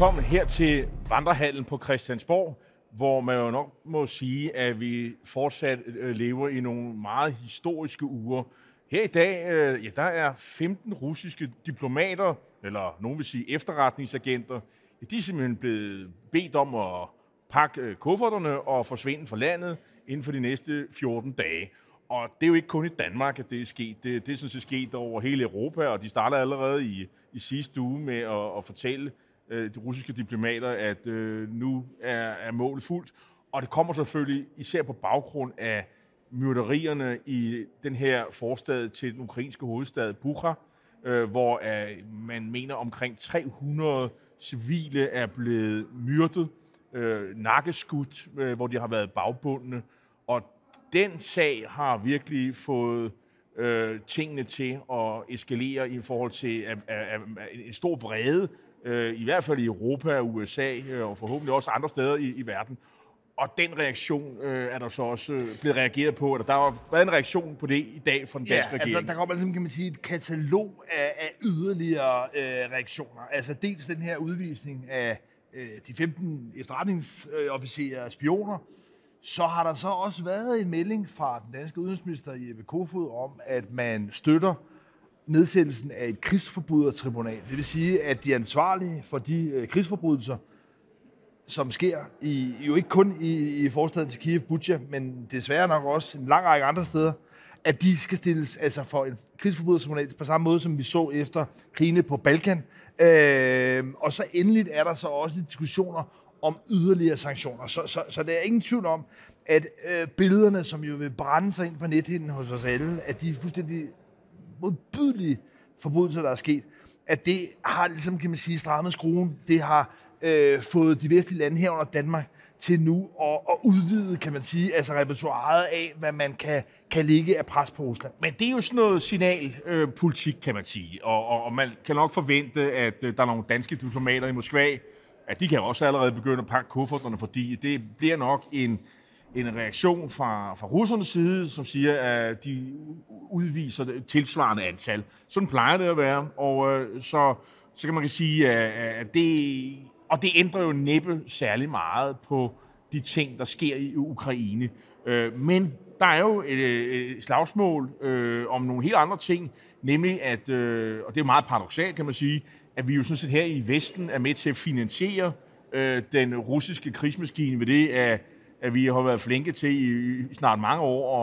velkommen her til Vandrehallen på Christiansborg, hvor man jo nok må sige, at vi fortsat lever i nogle meget historiske uger. Her i dag, der er 15 russiske diplomater, eller nogen vil sige efterretningsagenter. De er simpelthen blevet bedt om at pakke kufferterne og forsvinde fra landet inden for de næste 14 dage. Og det er jo ikke kun i Danmark, at det er sket. Det er sådan set sket over hele Europa, og de starter allerede i sidste uge med at fortælle de russiske diplomater, at nu er målet fuldt. Og det kommer selvfølgelig især på baggrund af myrderierne i den her forstad til den ukrainske hovedstad Bucha, hvor man mener omkring 300 civile er blevet myrdet, nakkeskudt, hvor de har været bagbundne. Og den sag har virkelig fået tingene til at eskalere i forhold til en stor vrede, i hvert fald i Europa og USA, og forhåbentlig også andre steder i verden. Og den reaktion er der så også blevet reageret på, eller der har været en reaktion på det i dag fra den danske regering. Altså, der kommer ligesom, kan man sige, et katalog af yderligere reaktioner. Altså dels den her udvisning af de 15 efterretningsofficerer og spioner. Så har der så også været en melding fra den danske udenrigsminister Jeppe Kofod om, at man støtter nedsættelsen af et krigsforbrydertribunal. Det vil sige, at de ansvarlige for de krigsforbrydelser, som sker jo ikke kun i forstaden til Kiev, Bucha, men desværre nok også en lang række andre steder, at de skal stilles altså for en krigsforbrydertribunal på samme måde, som vi så efter krigene på Balkan. Og så endeligt er der så også diskussioner om yderligere sanktioner. Så der er ingen tvivl om, at billederne, som jo vil brænde sig ind på nethinden hos os alle, at de er fuldstændig modbydelige forbrydelser, der er sket, at det har, ligesom kan man sige, strammet skruen. Det har fået de vestlige lande herunder Danmark til nu at udvide, kan man sige, altså repertoiret af, hvad man kan ligge af pres på Rusland. Men det er jo sådan noget signalpolitik, kan man sige. Og man kan nok forvente, at der er nogle danske diplomater i Moskva, at de kan også allerede begynde at pakke kufferterne, fordi det bliver nok en reaktion fra russernes side, som siger, at de udviser et tilsvarende antal. Sådan plejer det at være, og så kan man sige, at det ændrer jo næppe særlig meget på de ting, der sker i Ukraine. Men der er jo et slagsmål om nogle helt andre ting, nemlig at, og det er meget paradoksalt, kan man sige, at vi jo sådan set her i Vesten er med til at finansiere den russiske krigsmaskine ved det, at vi har været flinke til i snart mange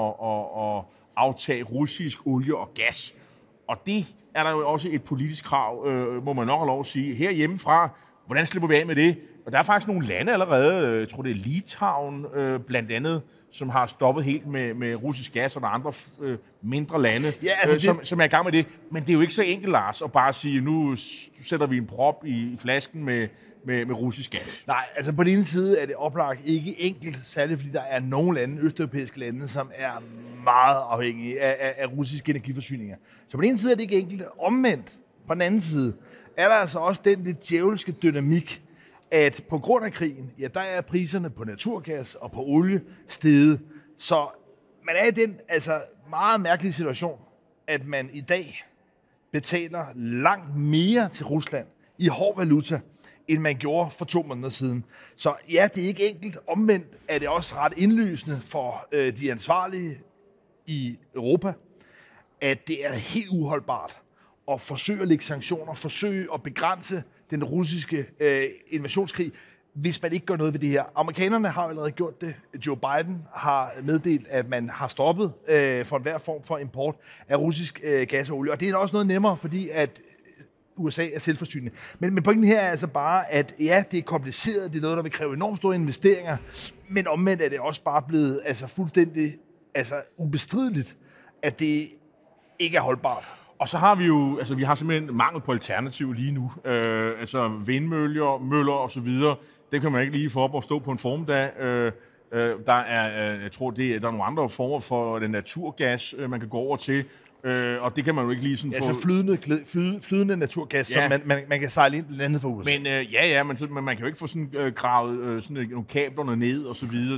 år at aftage russisk olie og gas. Og det er der jo også et politisk krav, må man nok have lov at sige, herhjemmefra. Hvordan slipper vi af med det? Og der er faktisk nogle lande allerede, jeg tror det er Litauen blandt andet, som har stoppet helt med russisk gas, og der er andre mindre lande, som er i gang med det. Men det er jo ikke så enkelt, Lars, at bare sige, nu sætter vi en prop i flasken med russisk gas. Nej, altså på den ene side er det oplagt ikke enkelt, særligt fordi der er nogle lande, østeuropæiske lande, som er meget afhængige af russiske energiforsyninger. Så på den ene side er det ikke enkelt. Omvendt, på den anden side, er der altså også den lidt djævelske dynamik, at på grund af krigen, ja, der er priserne på naturgas og på olie steget. Så man er i den altså meget mærkelige situation, at man i dag betaler langt mere til Rusland i hård valuta, end man gjorde for 2 måneder siden. Så ja, det er ikke enkelt. Omvendt er det også ret indlysende for de ansvarlige i Europa, at det er helt uholdbart at forsøge at lægge sanktioner, forsøge at begrænse den russiske invasionskrig, hvis man ikke gør noget ved det her. Amerikanerne har allerede gjort det. Joe Biden har meddelt, at man har stoppet for enhver form for import af russisk gas og olie. Og det er også noget nemmere, fordi at USA er selvforsynende. Men pointen her er altså bare, at ja, det er kompliceret, det er noget, der vil kræve enormt store investeringer, men omvendt er det også bare blevet altså fuldstændig ubestrideligt, at det ikke er holdbart. Og så har vi jo, altså vi har simpelthen mangel på alternativ lige nu. Altså vindmøller, møller og så videre, det kan man ikke lige få op og stå på en formiddag. Der er, jeg tror, der er nogle andre former for den naturgas, man kan gå over til. Og det kan man jo ikke lige sådan få... Altså flydende naturgas, ja, som man kan sejle ind blandt andet fra USA. Men men man kan jo ikke få sådan gravet sådan nogle kablerne ned og så videre.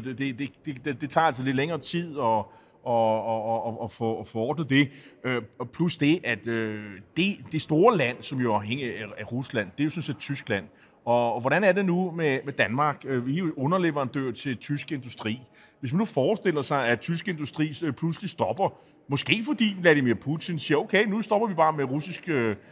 Det tager altså lidt længere tid og få ordnet det. Plus det, at det store land, som jo er afhængig af Rusland, det er jo sådan set Tyskland. Og hvordan er det nu med Danmark? Vi er jo underleverandør til tysk industri. Hvis man nu forestiller sig, at tysk industri pludselig stopper, måske fordi Vladimir Putin siger, okay, nu stopper vi bare med russisk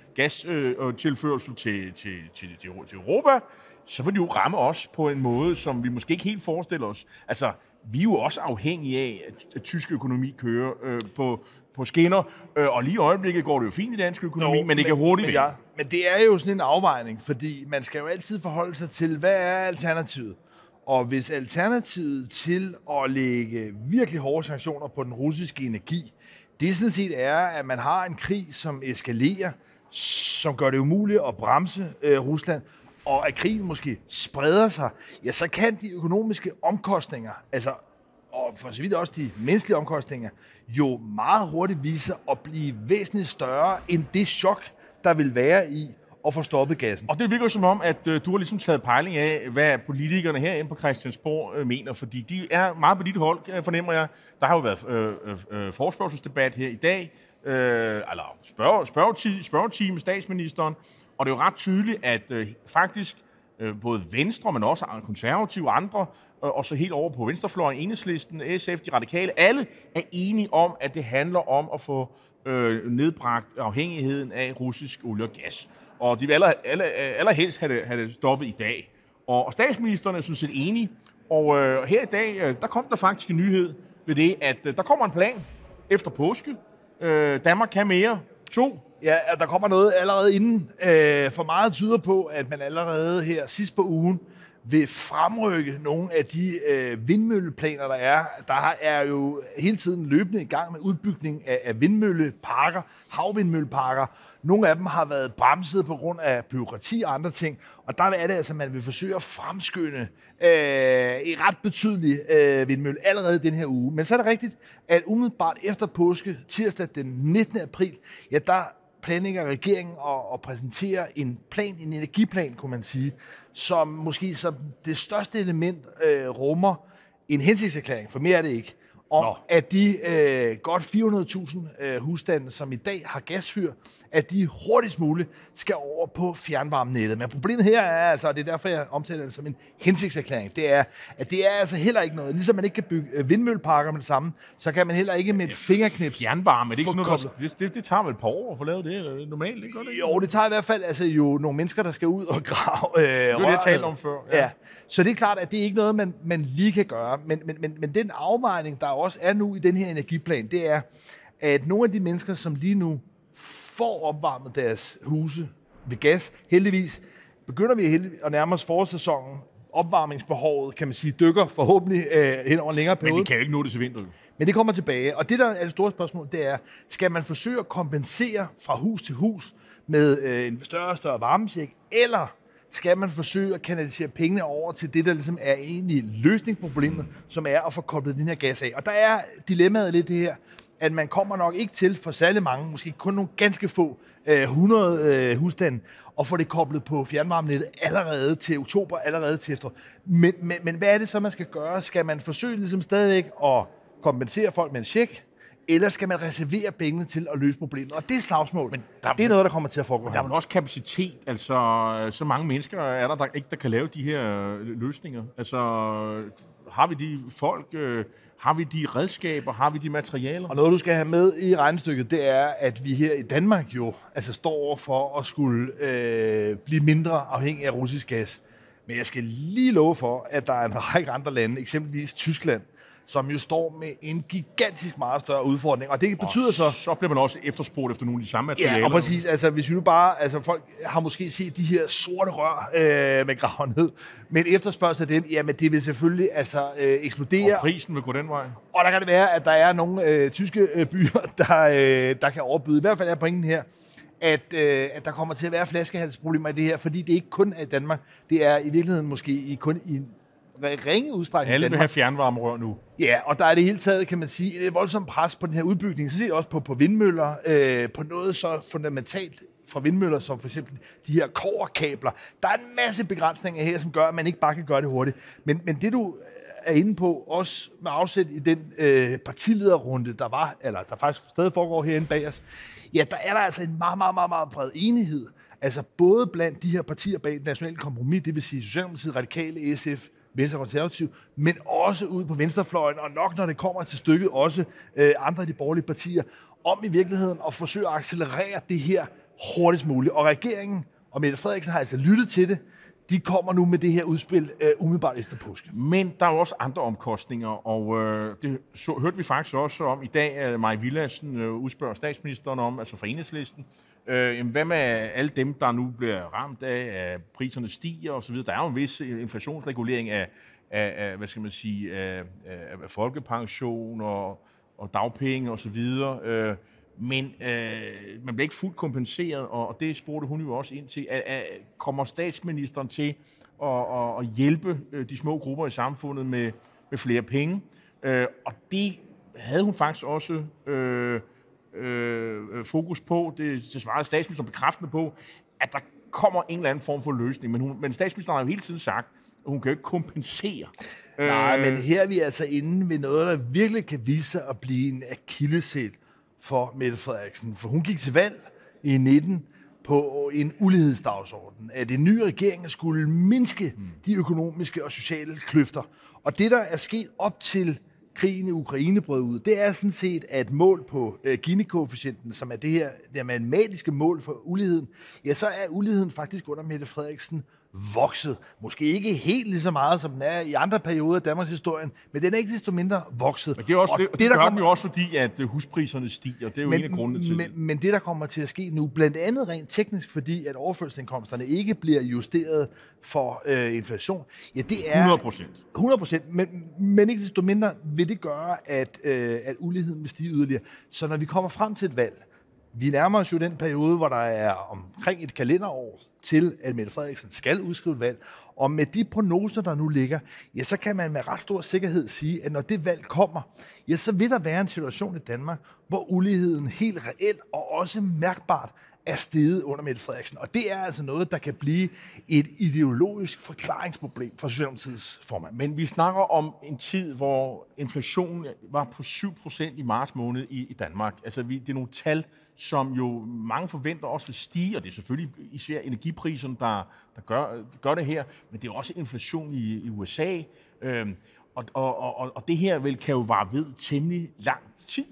gastilførsel til Europa, så vil det jo ramme os på en måde, som vi måske ikke helt forestiller os. Altså, vi er jo også afhængige af, at tysk økonomi kører på skinner, og lige i øjeblikket går det jo fint i dansk økonomi, men det kan hurtigt vende. Men det er jo sådan en afvejning, fordi man skal jo altid forholde sig til, hvad er alternativet? Og hvis alternativet til at lægge virkelig hårde sanktioner på den russiske energi, det sådan set er, at man har en krig, som eskalerer, som gør det umuligt at bremse Rusland, og at krigen måske spreder sig, ja, så kan de økonomiske omkostninger, altså, og for så vidt også de menneskelige omkostninger, jo meget hurtigt vise sig at blive væsentligt større end det chok, der vil være i at få stoppet gassen. Og det virker som om, at du har ligesom taget pejling af, hvad politikerne herinde på Christiansborg mener, fordi de er meget på dit hold, fornemmer jeg. Der har jo været forespørgselsdebat her i dag, eller spørgetime med statsministeren, og det er jo ret tydeligt, at faktisk både Venstre, men også konservative og andre, og så helt over på venstrefløjen, Enhedslisten, SF, de radikale, alle er enige om, at det handler om at få nedbragt afhængigheden af russisk olie og gas. Og de vil allerhelst have det stoppet i dag. Og statsministeren er sådan set enige. Og her i dag, der kom der faktisk en nyhed ved det, at der kommer en plan efter påske. Danmark kan mere. 2. Ja, der kommer noget allerede inden. For meget tyder på, at man allerede her sidst på ugen vil fremrykke nogle af de vindmølleplaner, der er. Der er jo hele tiden løbende i gang med udbygning af vindmølleparker, havvindmølleparker. Nogle af dem har været bremset på grund af bureaukrati og andre ting, og der er det altså, at man vil forsøge at fremskynde i ret betydelig vindmølle allerede den her uge. Men så er det rigtigt, at umiddelbart efter påske, tirsdag den 19. april, ja, der planlægger regeringen at præsentere en plan, en energiplan, kunne man sige, som måske som det største element rummer en hensigtserklæring, for mere er det ikke, om at de godt 400.000 husstande, som i dag har gasfyr, at de hurtigst muligt skal over på fjernvarmenettet. Men problemet her er altså, og det er derfor, jeg omtaler det som en hensigtserklæring, det er, at det er altså heller ikke noget. Ligesom man ikke kan bygge vindmølleparker med det samme, så kan man heller ikke med et fingerknips... Fjernvarme, det er ikke sådan noget, det tager vel et par år at få lavet det normalt, ikke? Jo, det tager i hvert fald altså jo nogle mennesker, der skal ud og grave det var det, jeg talte om før. Ja. Så det er klart, at det er ikke noget, man lige kan gøre. Men den afvejning, der også er nu i den her energiplan, det er, at nogle af de mennesker, som lige nu får opvarmet deres huse ved gas, heldigvis begynder vi at nærme os forårssæsonen. Opvarmningsbehovet, kan man sige, dykker forhåbentlig hen over en længere periode. Men vi kan jo ikke nå det til vinter. Men det kommer tilbage. Og det, der er det store spørgsmål, det er, skal man forsøge at kompensere fra hus til hus med en større og større varmecheck, eller skal man forsøge at kanalisere pengene over til det, der ligesom er egentlig løsningsproblemet, som er at få koblet den her gas af. Og der er dilemmaet lidt det her, at man kommer nok ikke til for særlig mange, måske kun nogle ganske få 100 husstande, og få det koblet på fjernvarmenettet allerede til oktober, allerede til efterår. Men hvad er det så, man skal gøre? Skal man forsøge ligesom stadigvæk at kompensere folk med en check, eller skal man reservere pengene til at løse problemet? Og det er slagsmål. Men det er noget, der kommer til at foregå. Der er vel også kapacitet. Altså, så mange mennesker er der ikke, der kan lave de her løsninger. Altså, har vi de folk... Har vi de redskaber? Har vi de materialer? Og noget, du skal have med i regnestykket, det er, at vi her i Danmark jo altså står over for at skulle blive mindre afhængig af russisk gas. Men jeg skal lige love for, at der er en række andre lande, eksempelvis Tyskland, som jo står med en gigantisk meget større udfordring. Og det betyder så... Så bliver man også efterspurgt efter nogle af de samme materialer. Ja, og præcis. Altså, hvis vi nu bare... Altså, folk har måske set de her sorte rør med graven ned. Men efterspørgsel af dem, jamen, det vil selvfølgelig altså eksplodere. Og prisen vil gå den vej. Og der kan det være, at der er nogle tyske byer, der kan overbyde. I hvert fald er pointen her, at der kommer til at være flaskehalsproblemer i det her, fordi det ikke kun er i Danmark. Det er i virkeligheden måske kun i ringe udstrækning. Alle vil have fjernvarmerør nu. Ja, og der er det hele taget, kan man sige, et voldsomt pres på den her udbygning. Så ser jeg også på vindmøller, på noget så fundamentalt fra vindmøller, som for eksempel de her kobberkabler. Der er en masse begrænsninger her, som gør, at man ikke bare kan gøre det hurtigt. Men det, du er inde på, også med afsæt i den partilederrunde, der var, eller der faktisk stadig foregår herinde bag os, ja, der er der altså en meget, meget, meget, meget bred enighed. Altså både blandt de her partier bag det nationale kompromis, det vil sige Socialdemokratiet, Radikale, SF, Venstre og Konservative, men også ude på venstrefløjen, og nok når det kommer til stykket, også andre af de borgerlige partier, om i virkeligheden at forsøge at accelerere det her hurtigst muligt. Og regeringen og Mette Frederiksen har altså lyttet til det. De kommer nu med det her udspil umiddelbart efter påske. Men der er jo også andre omkostninger, og det hørte vi faktisk også om i dag, at Mai Villadsen udspørger statsministeren om, altså fra Enhedslisten. Hvad med alle dem, der nu bliver ramt af, at priserne stiger osv.? Der er jo en vis inflationsregulering af hvad skal man sige, af folkepension og dagpenge osv., men man bliver ikke fuldt kompenseret, og det spurgte hun jo også ind til. Kommer statsministeren til at hjælpe de små grupper i samfundet med flere penge? Og det havde hun faktisk også fokus på. Det svarede statsministeren bekræftende på, at der kommer en eller anden form for løsning. Men statsministeren har jo hele tiden sagt, at hun kan jo ikke kompensere. Nej, men her er vi altså inde ved noget, der virkelig kan vise sig at blive en akilleshæl for Mette Frederiksen. For hun gik til valg i 19 på en ulighedsdagsorden, at en ny regering skulle mindske de økonomiske og sociale kløfter. Og det, der er sket op til krigen i Ukraine brød ud, det er sådan set, at mål på Gini-koefficienten, som er det her det matematiske mål for uligheden, ja, så er uligheden faktisk under Mette Frederiksen vokset. Måske ikke helt lige så meget, som den er i andre perioder af Danmarks historien, men den er ikke desto mindre vokset. Men det er også, det gør den jo også, fordi at huspriserne stiger. Det er jo en af grundene til det. Men det, der kommer til at ske nu, blandt andet rent teknisk, fordi at overførselsindkomsterne ikke bliver justeret for inflation, ja, det er 100%. Men ikke desto mindre vil det gøre, at uligheden vil stige yderligere. Så når vi kommer frem til et valg, vi nærmer os jo den periode, hvor der er omkring et kalenderår til, at Mette Frederiksen skal udskrive et valg. Og med de prognoser, der nu ligger, ja, så kan man med ret stor sikkerhed sige, at når det valg kommer, ja, så vil der være en situation i Danmark, hvor uligheden helt reelt og også mærkbart er steget under Mette Frederiksen. Og det er altså noget, der kan blive et ideologisk forklaringsproblem for Socialdemokratiets formand. Men vi snakker om en tid, hvor inflationen var på 7% i marts måned i Danmark. Altså, det er nogle tal, som jo mange forventer også vil stige, og det er selvfølgelig især energipriserne, der gør det her, men det er også inflation i USA, og det her kan jo vare ved temmelig lang tid.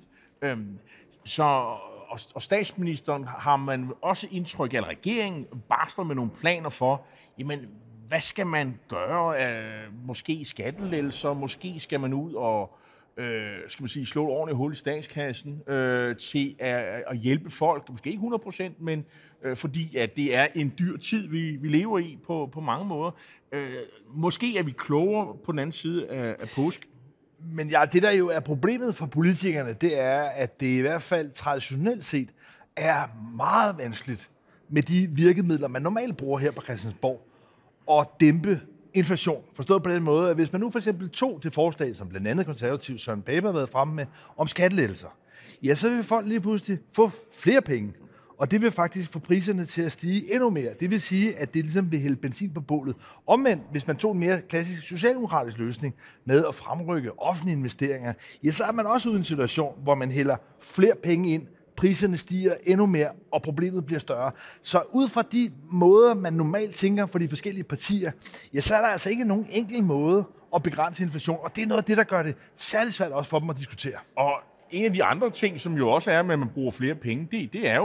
Og statsministeren har man også indtryk af, at regeringen barsler med nogle planer for, jamen, hvad skal man gøre? Måske skattelettelser, måske skal man ud og skal man sige, slå et ordentligt hul i statskassen til at hjælpe folk, måske ikke 100%, men fordi at det er en dyr tid, vi lever i på mange måder. Måske er vi klogere på den anden side af påske. Men ja, det der jo er problemet for politikerne, det er, at det i hvert fald traditionelt set er meget vanskeligt med de virkemidler, man normalt bruger her på Christiansborg, at dæmpe inflation. Forstået på den måde, at hvis man nu for eksempel tog det forslag, som blandt andet konservativ Søren Pape har været fremme med, om skattelettelser, ja, så vil folk lige pludselig få flere penge. Og det vil faktisk få priserne til at stige endnu mere. Det vil sige, at det ligesom vil hælde benzin på bålet. Omvendt, hvis man tog en mere klassisk socialdemokratisk løsning med at fremrykke offentlige investeringer, ja, så er man også ude i en situation, hvor man hælder flere penge ind, priserne stiger endnu mere, og problemet bliver større. Så ud fra de måder, man normalt tænker for de forskellige partier, ja, så er der altså ikke nogen enkel måde at begrænse inflation, og det er noget af det, der gør det særligt svært også for dem at diskutere. Og en af de andre ting, som jo også er med, at man bruger flere penge, det er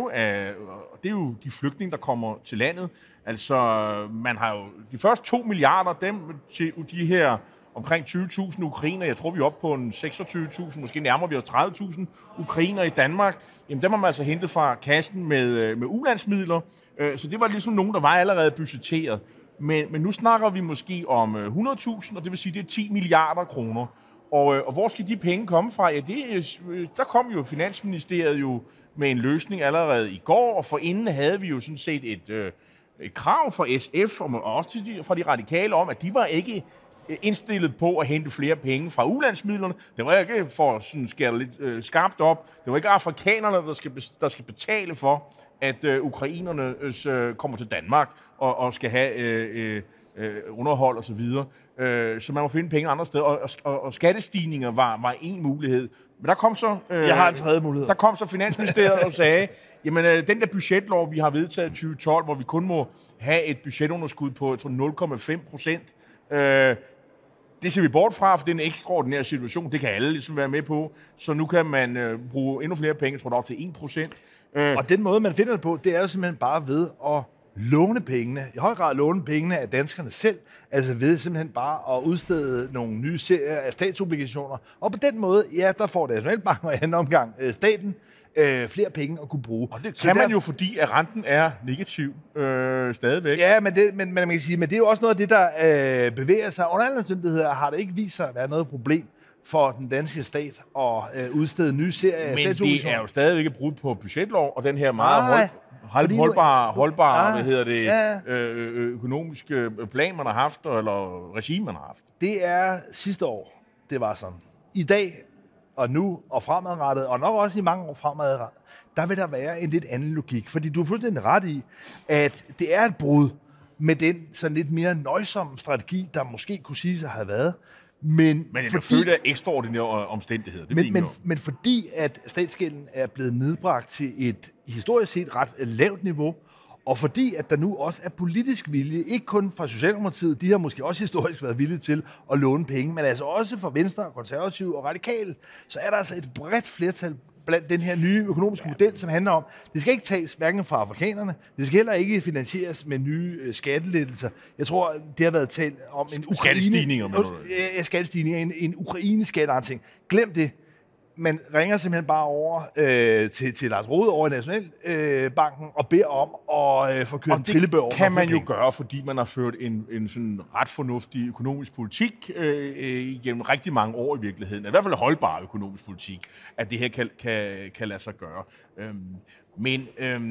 jo de flygtninge, der kommer til landet. Altså, man har jo de første 2 milliarder, dem til de her omkring 20.000 ukrainer, jeg tror, vi er oppe på en 26.000, måske nærmere vi har 30.000 ukrainer i Danmark. Jamen, dem har man altså hentet fra kassen med ulandsmidler, så det var ligesom nogen, der var allerede budgetteret. Men nu snakker vi måske om 100.000, og det vil sige, det er 10 milliarder kroner. Og hvor skal de penge komme fra? Ja, der kom jo Finansministeriet jo med en løsning allerede i går, og forinden havde vi jo sådan set et krav fra SF, og også fra de radikale om, at de var ikke indstillet på at hente flere penge fra ulandsmidlerne. Det var ikke for at skære lidt skarpt op. Det var ikke afrikanerne, der skal betale for, at ukrainerne kommer til Danmark og skal have underhold og så videre. Så man må finde penge andre steder, og skattestigninger var en mulighed. Men der kom så... Jeg har en tredje mulighed. Der kom så Finansministeriet og sagde, jamen den der budgetlov, vi har vedtaget i 2012, hvor vi kun må have et budgetunderskud på 0,5%, det ser vi bort fra, for det er en ekstraordinær situation. Det kan alle ligesom være med på. Så nu kan man bruge endnu flere penge, tror jeg op til 1%. Og den måde, man finder det på, det er jo simpelthen bare ved at låne pengene. I høj grad låne pengene af danskerne selv. Altså ved simpelthen bare at udstede nogle nye serier af statsobligationer. Og på den måde, ja, der får Nationalbanken og i anden omgang staten flere penge at kunne bruge. Og det kan man jo, fordi at renten er negativ stadigvæk. Ja, men man kan sige, men det er jo også noget af det, der bevæger sig. Under alle omstændigheder har det ikke vist sig at være noget problem for den danske stat at udstede nye serier af statsobligationer. Men det er jo stadigvæk et brud på budgetlov, og den her meget holdbare økonomiske plan, man har haft, eller regime, man har haft. Det er sidste år, det var sådan. I dag og nu og fremadrettet, og nok også i mange år fremadrettet, der vil der være en lidt anden logik. Fordi du er fuldstændig ret i, at det er et brud med den sådan lidt mere nøjsomme strategi, der måske kunne sige sig have været. Men det er født af ekstraordinære omstændigheder. Men fordi at statsgælden er blevet nedbragt til et historisk set ret lavt niveau, og fordi at der nu også er politisk vilje, ikke kun fra Socialdemokratiet, de har måske også historisk været villige til at låne penge, men altså også fra Venstre, Konservative og Radikale, så er der altså et bredt flertal blandt den her nye økonomiske model, som handler om, det skal ikke tages hverken fra afrikanerne, det skal heller ikke finansieres med nye skattelettelser. Jeg tror, det har været talt om en skattestigninger, en Ukraine-skattearting. Glem det. Man ringer simpelthen bare over til Lars Rode over i Nationalbanken og beder om at få kørt en trillebør over. Det kan man jo gøre, fordi man har ført en sådan ret fornuftig økonomisk politik igennem rigtig mange år i virkeligheden. I hvert fald holdbar økonomisk politik, at det her kan lade sig gøre. Men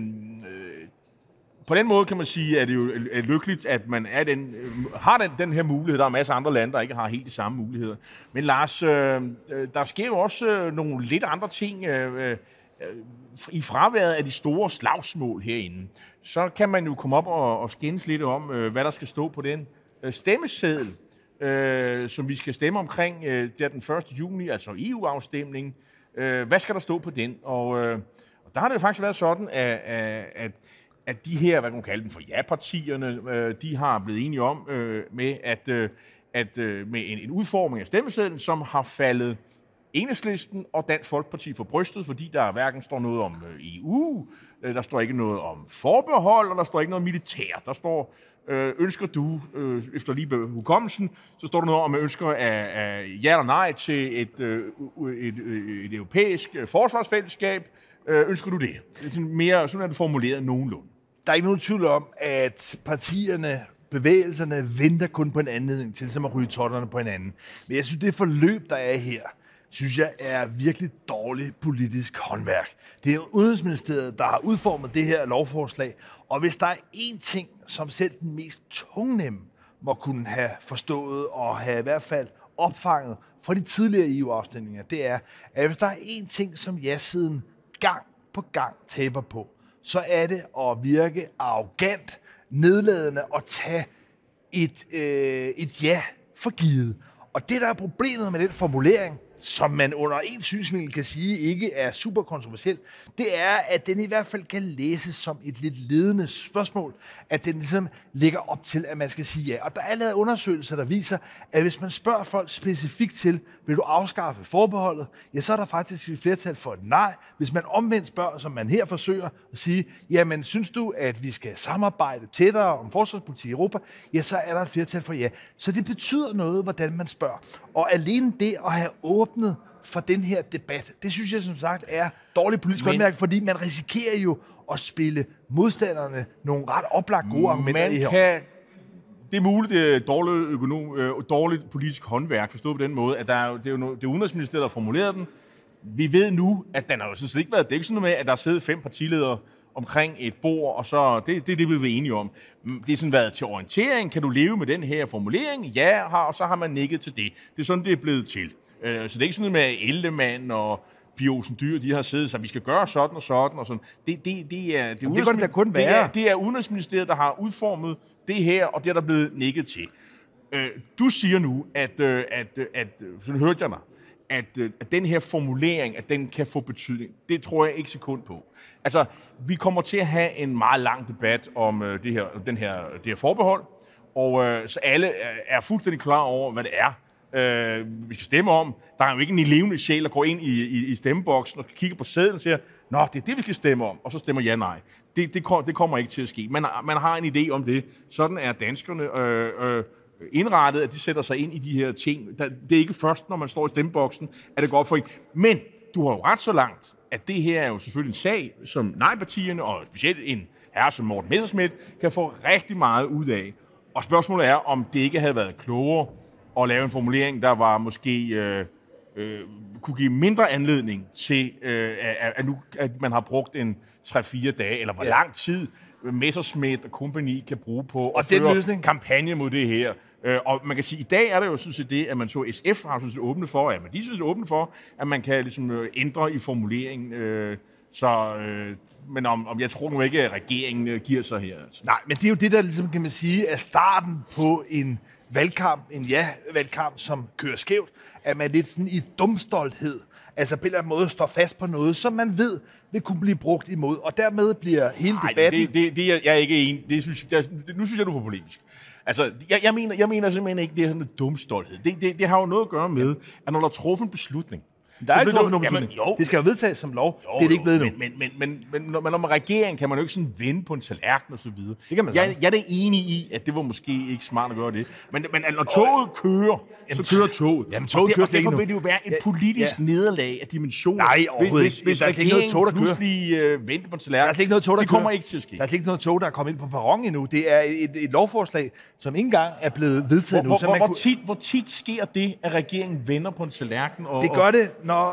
på den måde kan man sige, at det jo er lykkeligt, at man har den her mulighed. Der er masser af andre lande, der ikke har helt de samme muligheder. Men Lars, der sker jo også nogle lidt andre ting i fraværet af de store slagsmål herinde. Så kan man jo komme op og skændes lidt om, hvad der skal stå på den stemmeseddel, som vi skal stemme omkring. Det er den 1. juni, altså EU-afstemning. Hvad skal der stå på den? Og der har det jo faktisk været sådan, at de her, hvad kan man kalde dem for ja-partierne, de har blevet enige om med en udforming af stemmesedlen, som har faldet Enhedslisten og Dansk Folkeparti for brystet, fordi der hverken står noget om EU, der står ikke noget om forbehold, og der står ikke noget militær. Der står, ønsker du, efter lige hukommelsen, så står der noget om, at ønsker ja eller nej til et europæisk forsvarsfællesskab. Ønsker du det? Sådan er det formuleret nogenlunde. Der er ikke nogen tvivl om, at partierne, bevægelserne, venter kun på en anledning til som at ryge totterne på hinanden. Men jeg synes, det forløb, der er her, synes jeg er virkelig dårligt politisk håndværk. Det er Udenrigsministeriet, der har udformet det her lovforslag, og hvis der er én ting, som selv den mest tungnemme må kunne have forstået og have i hvert fald opfanget fra de tidligere EU-afstemninger, det er, at hvis der er én ting, som ja-siden gang på gang taber på, så er det at virke arrogant, nedladende og tage et ja for givet. Og det, der er problemet med den formulering, som man under en synsvinkel kan sige ikke er super kontroversiel, det er, at den i hvert fald kan læses som et lidt ledende spørgsmål, at den ligesom lægger op til, at man skal sige ja. Og der er lavet undersøgelser, der viser, at hvis man spørger folk specifikt til, vil du afskaffe forbeholdet, ja, så er der faktisk et flertal for et nej. Hvis man omvendt spørger, som man her forsøger at sige, jamen, synes du, at vi skal samarbejde tættere om forsvarspolitik i Europa, ja, så er der et flertal for ja. Så det betyder noget, hvordan man spørger. Og alene det at have åbnet for den her debat, det synes jeg som sagt er dårligt politisk håndværk, fordi man risikerer jo at spille modstanderne nogle ret oplagt gode argumenter i her. Det er muligt, det er dårligt politisk håndværk, forstået på den måde, at det er Udenrigsministeriet, der har formuleret den. Vi ved nu, at den har jo sådan set ikke været, det er ikke sådan noget med, at der er siddet 5 partiledere omkring et bord, og så det vi er enige om. Det er sådan været til orientering. Kan du leve med den her formulering? Ja, og så har man nikket til det. Det er sådan, det er blevet til. Så det er ikke sådan noget med Ellemann og Pia Olsen Dyhr, de har siddet, så vi skal gøre sådan og sådan og sådan. Det er Udenrigsministeriet, der har udformet det her, og det er der blevet nikket til. Du siger nu, at sådan hørte jeg dig, at den her formulering, at den kan få betydning. Det tror jeg ikke sekund på. Altså, vi kommer til at have en meget lang debat om det her forbehold, og så alle er fuldstændig klar over, hvad det er, vi skal stemme om. Der er jo ikke en levende sjæl, der går ind i stemmeboksen og kigger på sedlen og siger, nå, det er det, vi skal stemme om, og så stemmer ja, nej. Det kommer ikke til at ske. Man har en idé om det. Sådan er danskerne indrettet, at de sætter sig ind i de her ting. Det er ikke først, når man står i stemmeboksen, at det går op for en. Men du har jo ret så langt, at det her er jo selvfølgelig en sag, som nej-partierne, og specielt en herre som Morten Messerschmidt, kan få rigtig meget ud af. Og spørgsmålet er, om det ikke havde været klogere at lave en formulering, der var måske kunne give mindre anledning til, at man har brugt en 3-4 dage, eller hvor lang tid Messerschmidt og kompagni kan bruge på at føre kampagne mod det her. Og man kan sige, at i dag er det jo sådan set det, at man så SF har sådan set åbne for, at man kan ligesom ændre i formuleringen. Men jeg tror nu ikke, at regeringen giver sig her. Altså. Nej, men det er jo det, der ligesom, kan man sige, er starten på en valgkamp, valgkamp, som kører skævt, at man lidt sådan i dumstolthed, altså på en eller anden måde står fast på noget, som man ved vil kunne blive brugt imod, og dermed bliver hele debatten... Jeg er ikke enig. Nu synes jeg, du er for polemisk. Altså, jeg mener simpelthen ikke, det er sådan en dumstolthed. Det har jo noget at gøre med, at når der er truffet en beslutning, der er ikke truffet nogen beslutning. Det skal jo vedtages som lov. Det er det ikke blevet nu. Men når man regeringen kan man jo ikke sådan vende på en tallerken og så videre. Det kan man jeg er det enig i, at det var måske ikke smart at gøre det. Men når toget kører, så kører toget. Jamen, toget kører derfor vil det jo være et politisk nederlag af dimensioner. Nej, overhovedet ikke. Hvis regeringen pludselig venter på en tallerken, det kommer ikke til at ske. Der er ikke noget tog, der er kommet ind på perronen endnu. Det er et lovforslag, som ikke engang er blevet vedtaget nu. Hvor tit sker det, at regeringen vender på en tallerken? Det gør det, når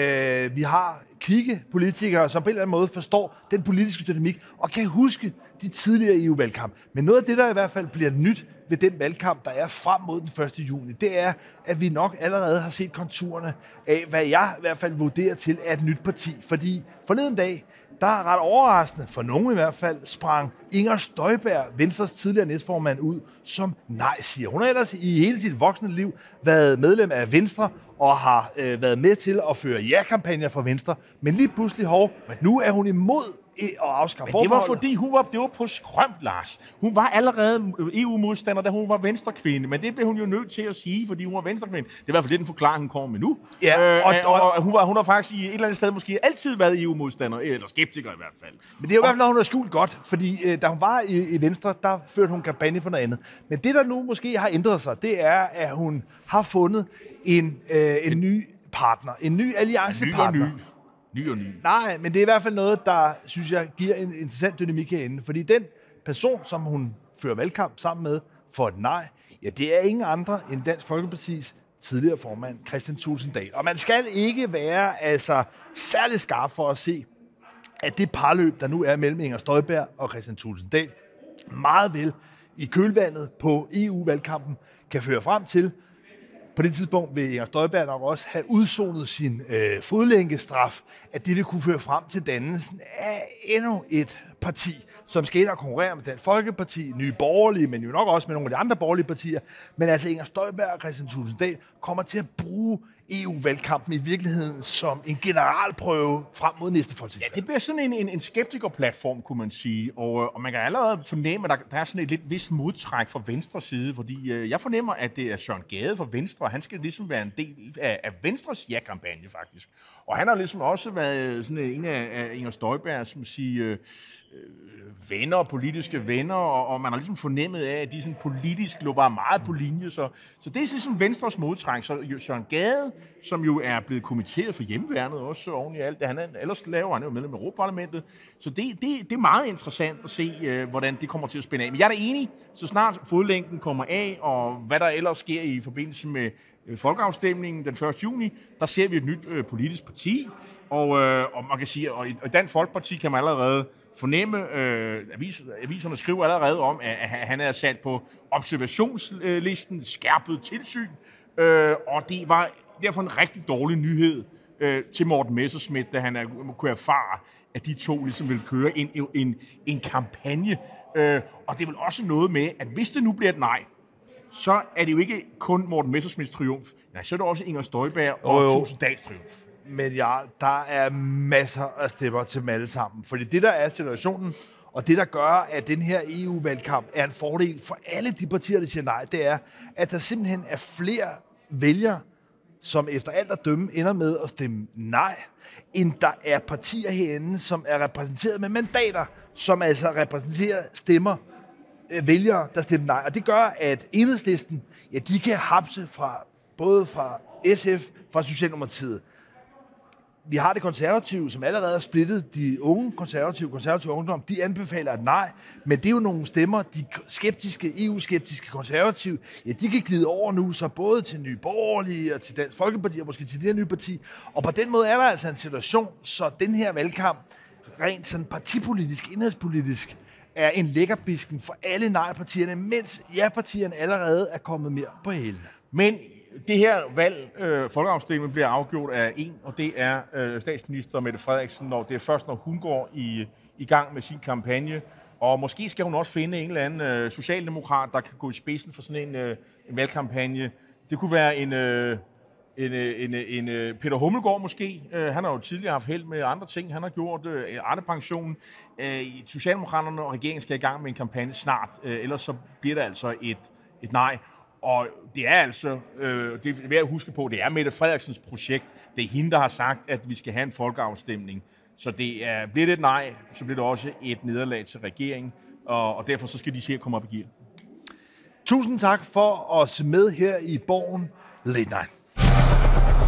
vi har kvikke politikere, som på en eller anden måde forstår den politiske dynamik, og kan huske de tidligere EU-valgkamp. Men noget af det, der i hvert fald bliver nyt ved den valgkamp, der er frem mod den 1. juni, det er, at vi nok allerede har set konturerne af, hvad jeg i hvert fald vurderer til er et nyt parti. Fordi forleden dag, der er ret overraskende, for nogen i hvert fald, sprang Inger Støjberg, Venstres tidligere næstformand, ud som nej-siger. Hun har ellers i hele sit voksne liv været medlem af Venstre, og har været med til at føre ja-kampagner for Venstre. Men lige pludselig, nu er hun imod at afskaffe forbeholdet. Det var fordi, det var på skrømt, Lars. Hun var allerede EU-modstander, da hun var venstrekvinde, men det blev hun jo nødt til at sige, fordi hun var venstrekvinde. Det er i hvert fald det, den forklaring, hun kommer med nu. Ja, og hun har faktisk i et eller andet sted måske altid været EU-modstander, eller skeptiker i hvert fald. Men det er jo i hvert fald, hun har skjult godt, fordi da hun var i Venstre, der førte hun kampagne for noget andet. Men det, der nu måske har ændret sig, det er, at hun har fundet en ny partner, en ny alliancepartner. Ny og ny. Nej, men det er i hvert fald noget, der, synes jeg, giver en interessant dynamik herinde. Fordi den person, som hun fører valgkamp sammen med for et nej, ja, det er ingen andre end Dansk Folkepartis tidligere formand, Kristian Thulesen Dahl. Og man skal ikke være særlig skarp for at se, at det parløb, der nu er mellem Inger Støjberg og Kristian Thulesen Dahl, meget vel i kølvandet på EU-valgkampen, kan føre frem til. På det tidspunkt vil Inger Støjberg nok også have udsonet sin fodlænkestraf, at det vil kunne føre frem til dannelsen af endnu et parti, som skal ind og konkurrere med Dansk Folkeparti, Nye Borgerlige, men jo nok også med nogle af de andre borgerlige partier. Men altså Inger Støjberg og Kristian Thulesen Dahl kommer til at bruge EU-valgkampen i virkeligheden som en generalprøve frem mod næste folketingsvalg. Ja, det bliver sådan en skeptikerplatform, kunne man sige. Og man kan allerede fornemme, at der er sådan et lidt vist modtræk fra Venstres side, fordi jeg fornemmer, at det er Søren Gade fra Venstre, og han skal ligesom være en del af Venstres ja-kampagne, faktisk. Og han har ligesom også været sådan en af Inger Støjbergs, som siger, venner, politiske venner, og man har ligesom fornemmet af, at de sådan politisk lå bare meget på linje. Så det er ligesom Venstres modtræk. Så Søren Gade, som jo er blevet kommitteret for hjemmeværnet også oven i alt det, han ellers laver, han er jo medlem af Europaparlamentet. Så det er meget interessant at se, hvordan det kommer til at spænde af. Men jeg er da enig, så snart fodlænken kommer af, og hvad der ellers sker i forbindelse med folkeafstemningen den 1. juni, der ser vi et nyt politisk parti, og man kan sige, og i Dansk Folkeparti kan man allerede fornemme, aviserne skriver allerede om, at han er sat på observationslisten, skærpet tilsyn, og det var derfor en rigtig dårlig nyhed til Morten Messerschmidt, da han kunne erfare, at de to ligesom vil køre en kampagne. Og det er vel også noget med, at hvis det nu bliver et nej, så er det jo ikke kun Morten Messerschmidts triumf. Nej, så er det også Inger Støjberg og Thulesen Dahls triumf. Men ja, der er masser af stemmer til dem alle sammen. Fordi det, der er situationen, og det, der gør, at den her EU-valgkamp er en fordel for alle de partier, der siger nej, det er, at der simpelthen er flere vælgere, som efter alt at dømme ender med at stemme nej, end der er partier herinde, som er repræsenteret med mandater, som altså repræsenterer stemmer, vælgere, der stemmer nej. Og det gør, at Enhedslisten, ja, de kan hapse både fra SF, fra Socialdemokratiet. Vi har det konservative, som allerede er splittet. De unge konservative ungdom, de anbefaler et nej, men det er jo nogle stemmer, de skeptiske, EU-skeptiske konservative, ja, de kan glide over nu, så både til Nye Borgerlige og til Dansk Folkeparti, og måske til det her nye parti. Og på den måde er der altså en situation, så den her valgkamp, rent sådan partipolitisk, indrigspolitisk, er en lækkerbisken for alle nej-partierne, mens ja-partierne allerede er kommet mere på hælene. Men det her valg, folkeafstemningen, bliver afgjort af en, og det er statsminister Mette Frederiksen, og det er først, når hun går i gang med sin kampagne. Og måske skal hun også finde en eller anden socialdemokrat, der kan gå i spidsen for sådan en valgkampagne. Det kunne være en Peter Hummelgaard måske. Han har jo tidligere haft held med andre ting. Han har gjort Arne-pensionen. Socialdemokraterne og regeringen skal i gang med en kampagne snart. Ellers så bliver der altså et nej. Og det er altså, det er værd at huske på, det er Mette Frederiksens projekt. Det er hende, der har sagt, at vi skal have en folkeafstemning. Så bliver det et nej, så bliver det også et nederlag til regeringen. Og derfor så skal de se komme op i gear. Tusind tak for at se med her i Borgen Late Night.